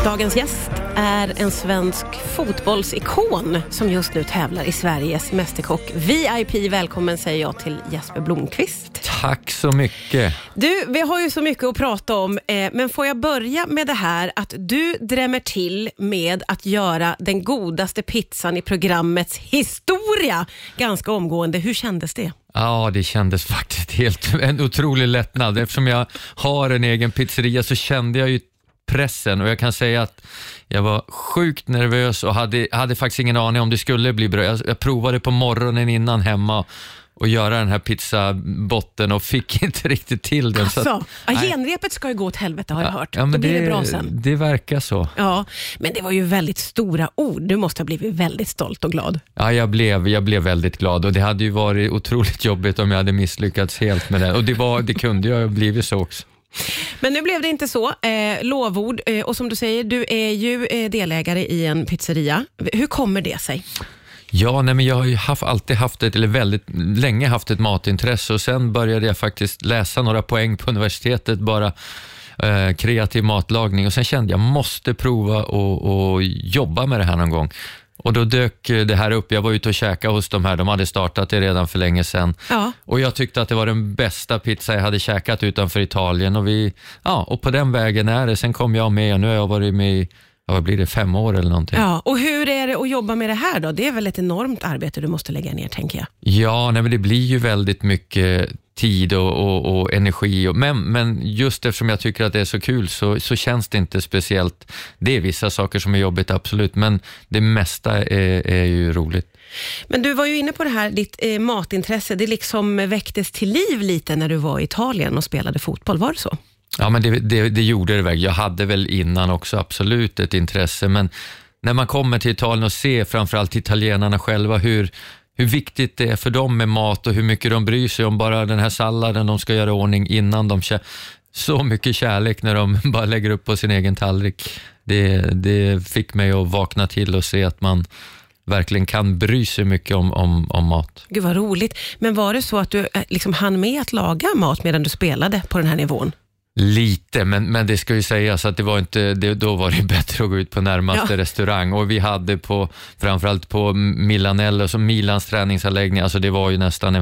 Dagens gäst är en svensk fotbollsikon som just nu tävlar i Sveriges Mästerkock VIP. Välkommen säger jag till Jesper Blomqvist. Tack så mycket. Du, vi har ju så mycket att prata om, men får jag börja med det här att du drämmer till med att göra den godaste pizzan i programmets historia ganska omgående. Hur kändes det? Ja, det kändes faktiskt en otrolig lättnad. Eftersom jag har en egen pizzeria så kände jag ju pressen, och jag kan säga att jag var sjukt nervös och hade faktiskt ingen aning om det skulle bli bra. Jag provade på morgonen innan hemma och göra den här pizzabotten och fick inte riktigt till den. Alltså, genrepet ska ju gå åt helvete har jag hört. Ja, men då blir det bra sen. Det verkar så. Ja, men det var ju väldigt stora ord. Du måste ha blivit väldigt stolt och glad. Ja, jag blev väldigt glad, och det hade ju varit otroligt jobbigt om jag hade misslyckats helt med det. Och det kunde ju ha blivit så också. Men nu blev det inte så. Lovord. Och som du säger, du är ju delägare i en pizzeria. Hur kommer det sig? Ja, men jag har ju alltid haft väldigt länge haft ett matintresse, och sen började jag faktiskt läsa några poäng på universitetet, bara kreativ matlagning, och sen kände jag måste prova och jobba med det här någon gång. Och då dök det här upp. Jag var ute och käkade hos de här. De hade startat det redan för länge sedan. Ja. Och jag tyckte att det var den bästa pizza jag hade käkat utanför Italien. Och på den vägen är det. Sen kom jag med, och nu har jag varit med i, vad blir det, 5 år eller någonting. Ja, och hur är det att jobba med det här då? Det är väl ett enormt arbete du måste lägga ner, tänker jag. Ja, men det blir ju väldigt mycket tid och energi. Men just eftersom jag tycker att det är så kul så känns det inte speciellt. Det är vissa saker som är jobbigt, absolut. Men det mesta är ju roligt. Men du var ju inne på det här, ditt matintresse. Det liksom väcktes till liv lite när du var i Italien och spelade fotboll. Var det så? Ja, men det gjorde det väl. Jag hade väl innan också absolut ett intresse. Men när man kommer till Italien och ser framförallt italienarna själva hur viktigt det är för dem med mat och hur mycket de bryr sig om bara den här salladen de ska göra ordning innan de så mycket kärlek när de bara lägger upp på sin egen tallrik. Det fick mig att vakna till och se att man verkligen kan bry sig mycket om mat. Gud vad roligt. Men var det så att du liksom hann med att laga mat medan du spelade på den här nivån? Lite, men det ska ju sägas att då var det bättre att gå ut på närmaste restaurang, och vi hade framförallt på Milanello, som Milans träningsanläggning, alltså det var ju nästan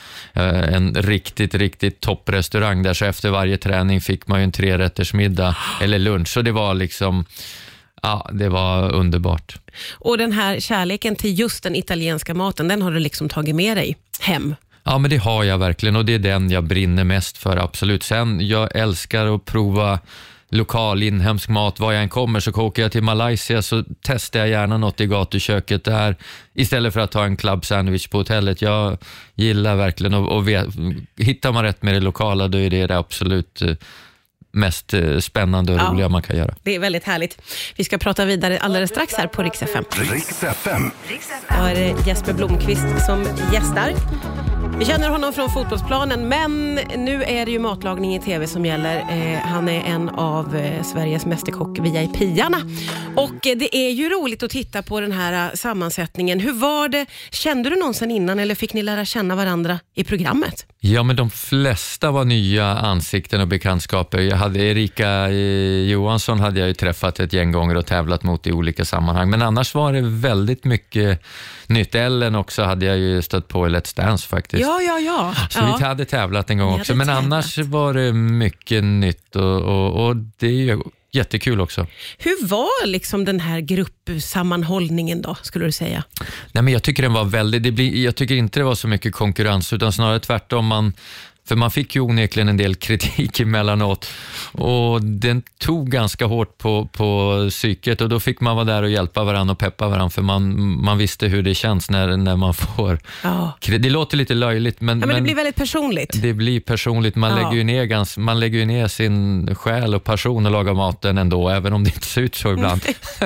en riktigt, riktigt topprestaurang där, så efter varje träning fick man ju en 3-rättersmiddag eller lunch, så det var liksom, ja, det var underbart. Och den här kärleken till just den italienska maten, den har du liksom tagit med dig hem? Ja, men det har jag verkligen, och det är den jag brinner mest för, absolut. Sen, jag älskar att prova lokal inhemsk mat. Var jag än kommer, så åker jag till Malaysia så testar jag gärna något i gatuköket där istället för att ta en club sandwich på hotellet. Jag gillar verkligen att hittar man rätt med det lokala, då är det absolut mest spännande och roliga man kan göra. Det är väldigt härligt. Vi ska prata vidare alldeles strax här på Rix FM. Rix FM. Då är det Jesper Blomqvist som gästar. Vi känner honom från fotbollsplanen, men nu är det ju matlagning i tv som gäller. Han är en av Sveriges Mästerkock VIP-arna. Och det är ju roligt att titta på den här sammansättningen. Hur var det? Kände du någonsin innan, eller fick ni lära känna varandra i programmet? Ja, men de flesta var nya ansikten och bekantskaper. Jag hade Erika Johansson hade jag ju träffat ett gäng gånger och tävlat mot i olika sammanhang. Men annars var det väldigt mycket nytt. Ellen också hade jag ju stött på i Let's Dance faktiskt. Ja. Så vi hade tävlat en gång också. Men annars var det mycket nytt och det är ju jättekul också. Hur var liksom den här gruppsammanhållningen då, skulle du säga? Nej, men jag tycker den var jag tycker inte det var så mycket konkurrens, utan snarare tvärtom. För man fick ju onekligen en del kritik emellanåt, och den tog ganska hårt på psyket, och då fick man vara där och hjälpa varandra och peppa varandra, för man visste hur det känns när man får det låter lite löjligt, men det blir väldigt personligt. Det blir personligt, man lägger ju ner sin själ och passion och lagar maten ändå, även om det inte ser ut så ibland.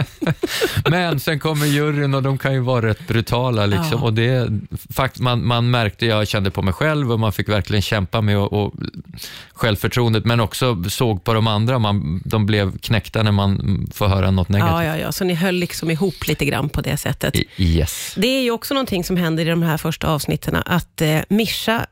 Men sen kommer juryn, och de kan ju vara rätt brutala liksom, och det faktiskt man märkte, jag kände på mig själv, och man fick verkligen kämpa med och självförtroendet, men också såg på de andra, de blev knäckta när man får höra något negativt. Ja, så ni höll liksom ihop lite grann på det sättet. Yes. Det är ju också någonting som händer i de här första avsnitten, att Mischa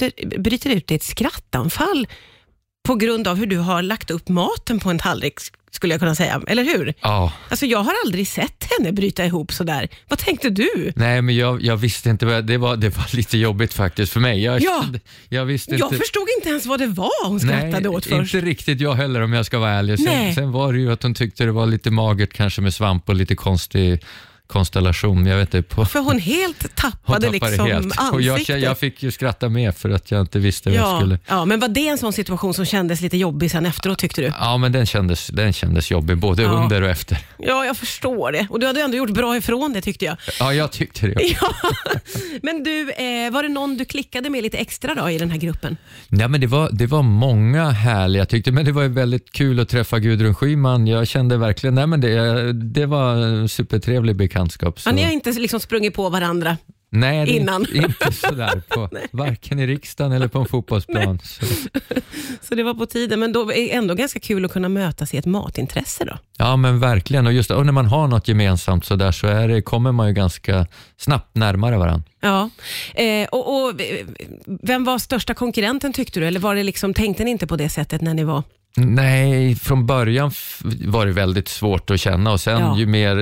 bryter ut i ett skrattanfall på grund av hur du har lagt upp maten på en tallrik. skulle jag kunna säga, eller hur? Ja. Alltså jag har aldrig sett henne bryta ihop så där. Vad tänkte du? Nej, men jag visste inte, det var lite jobbigt faktiskt för mig. Jag förstod inte ens vad det var hon skrattade åt först. Inte riktigt jag heller om jag ska vara ärlig. Sen var det ju att hon tyckte det var lite magert kanske med svamp och lite konstig konstellation. Jag vet inte, för hon helt tappade liksom helt. Ansiktet. Och jag fick ju skratta med för att jag inte visste vad jag skulle. Ja, men var det en sån situation som kändes lite jobbig sen efteråt, tyckte du? Ja, men den kändes jobbig både under och efter. Ja, jag förstår det. Och du hade ändå gjort bra ifrån det, tyckte jag. Ja, jag tyckte det. Ja. Men du, var det någon du klickade med lite extra då i den här gruppen? Nej, men det var många härliga tyckte, men det var ju väldigt kul att träffa Gudrun Schyman. Jag kände verkligen, det var en supertrevlig bekantskap. Så. Ni har inte liksom sprungit på varandra? Nej, innan. Inte sådär på varken i riksdagen eller på en fotbollsplan. Så det var på tiden, men då är det ändå ganska kul att kunna mötas i ett matintresse då. Ja, men verkligen. Och när man har något gemensamt så där så kommer man ju ganska snabbt närmare varandra. Ja, och vem var största konkurrenten tyckte du? Eller var det liksom, tänkte ni inte på det sättet när ni var? Nej, från början var det väldigt svårt att känna och sen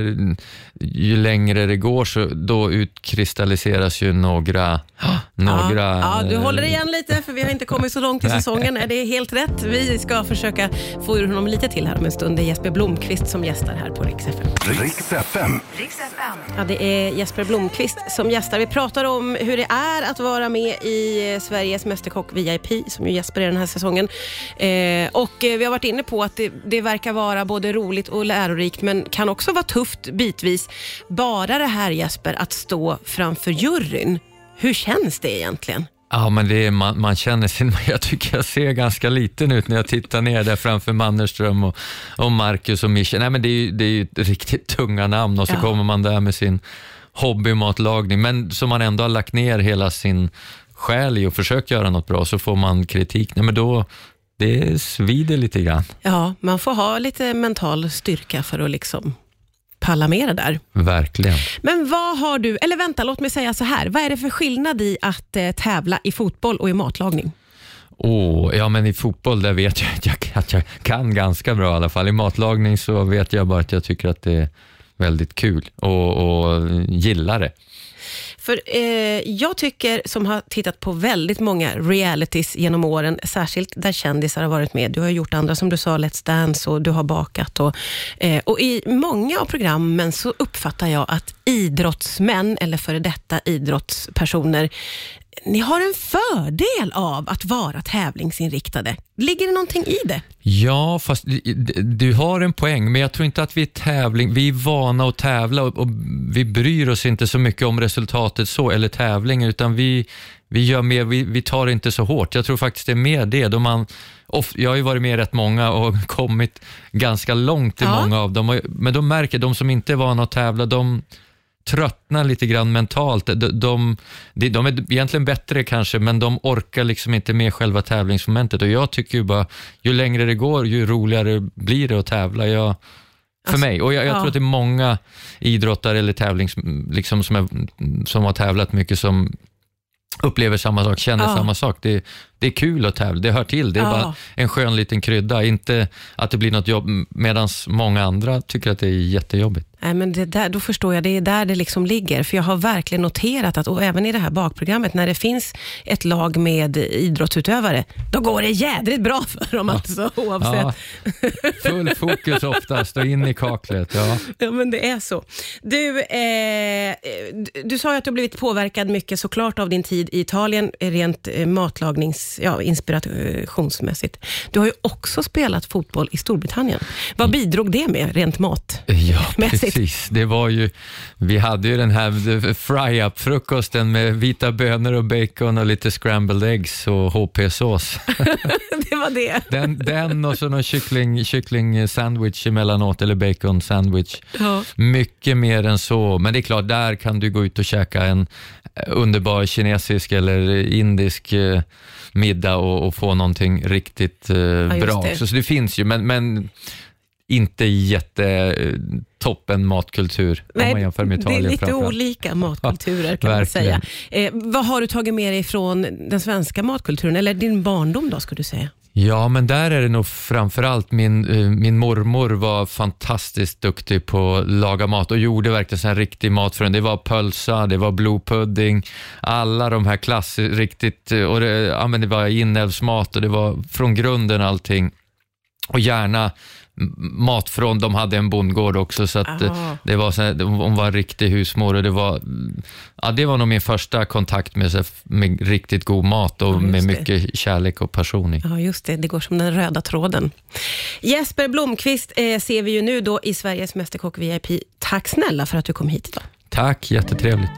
ju längre det går så då utkristalliseras ju några. Ja, du håller igen lite för vi har inte kommit så långt i säsongen. Är det helt rätt? Vi ska försöka få ur honom lite till här om en stund. Det är Jesper Blomqvist som gästar här på Rix FM. Rix FM. Ja, det är Jesper Blomqvist som gästar. Vi pratar om hur det är att vara med i Sveriges Mästerkock VIP som ju Jesper är den här säsongen. Och vi har varit inne på att det verkar vara både roligt och lärorikt men kan också vara tufft bitvis. Bara det här, Jesper, att stå framför juryn. Hur känns det egentligen? Ja, men man känner sig, jag tycker jag ser ganska liten ut när jag tittar ner där framför Mannerström och Marcus och Michel. Nej, men det är ju riktigt tunga namn och så kommer man där med sin hobbymatlagning men som man ändå har lagt ner hela sin själ i och försökt göra något bra så får man kritik. Nej, men då det svider lite grann. Ja, man får ha lite mental styrka för att liksom palla med det där. Verkligen. Men vad har du, eller vänta, låt mig säga så här. Vad är det för skillnad i att tävla i fotboll och i matlagning? Ja, men i fotboll där vet jag att jag kan ganska bra i alla fall. I matlagning så vet jag bara att jag tycker att det är väldigt kul och gillar det. För jag tycker, som har tittat på väldigt många realities genom åren, särskilt där kändisar har varit med. Du har gjort andra, som du sa, Let's Dance och du har bakat. Och i många av programmen så uppfattar jag att idrottsmän eller före detta idrottspersoner, ni har en fördel av att vara tävlingsinriktade. Ligger det någonting i det? Ja, fast du har en poäng, men jag tror inte att vi är vana att tävla och vi bryr oss inte så mycket om resultatet så eller tävling, utan vi gör mer, vi tar det inte så hårt. Jag tror faktiskt det är mer det. Jag har ju varit med rätt många och kommit ganska långt i många av dem, men de märker, de som inte är vana att tävla, de tröttnar lite grann mentalt. De är egentligen bättre kanske, men de orkar liksom inte med själva tävlingsmomentet. Och jag tycker ju bara, ju längre det går, ju roligare blir det att tävla. För mig. Och jag tror att det är många idrottare eller tävlings liksom, som har tävlat mycket som upplever samma sak, känner samma sak. Det är kul att tävla, det hör till. Det är bara en skön liten krydda. Inte att det blir något jobb, medan många andra tycker att det är jättejobbigt. Nej, men då förstår jag, det är där det liksom ligger. För jag har verkligen noterat att, och även i det här bakprogrammet, när det finns ett lag med idrottsutövare, då går det jädrigt bra för dem alltså, oavsett. Ja, full fokus oftast och in i kaklet. Ja, men det är så. Du sa ju att du har blivit påverkad mycket såklart av din tid i Italien, rent inspirationsmässigt. Du har ju också spelat fotboll i Storbritannien. Vad bidrog det med rent matmässigt? Precis, det var ju, vi hade ju den här fry-up-frukosten med vita bönor och bacon och lite scrambled eggs och HP-sås. Det var det. Den och så någon kyckling sandwich emellanåt, eller bacon sandwich. Ja. Mycket mer än så, men det är klart, där kan du gå ut och käka en underbar kinesisk eller indisk middag och få någonting riktigt bra. Det. Så det finns ju, men inte toppen matkultur. Nej, om man jämför med Italien. Det är lite olika matkulturer kan man säga. Vad har du tagit med dig från den svenska matkulturen, eller din barndom då, skulle du säga? Ja, men där är det nog framförallt min mormor var fantastiskt duktig på att laga mat och gjorde verkligen så här riktig mat för en. Det var pölsa, det var blodpudding, alla de här riktigt, och det var inälvsmat och det var från grunden allting. Och gärna mat från, de hade en bondgård också, så att det var så här, hon var en riktig husmor och det var nog min första kontakt med riktigt god mat och med mycket kärlek och passion i. Ja, just det går som den röda tråden. Jesper Blomqvist ser vi ju nu då i Sveriges Mästerkock VIP. Tack snälla för att du kom hit idag. Tack, jättetrevligt.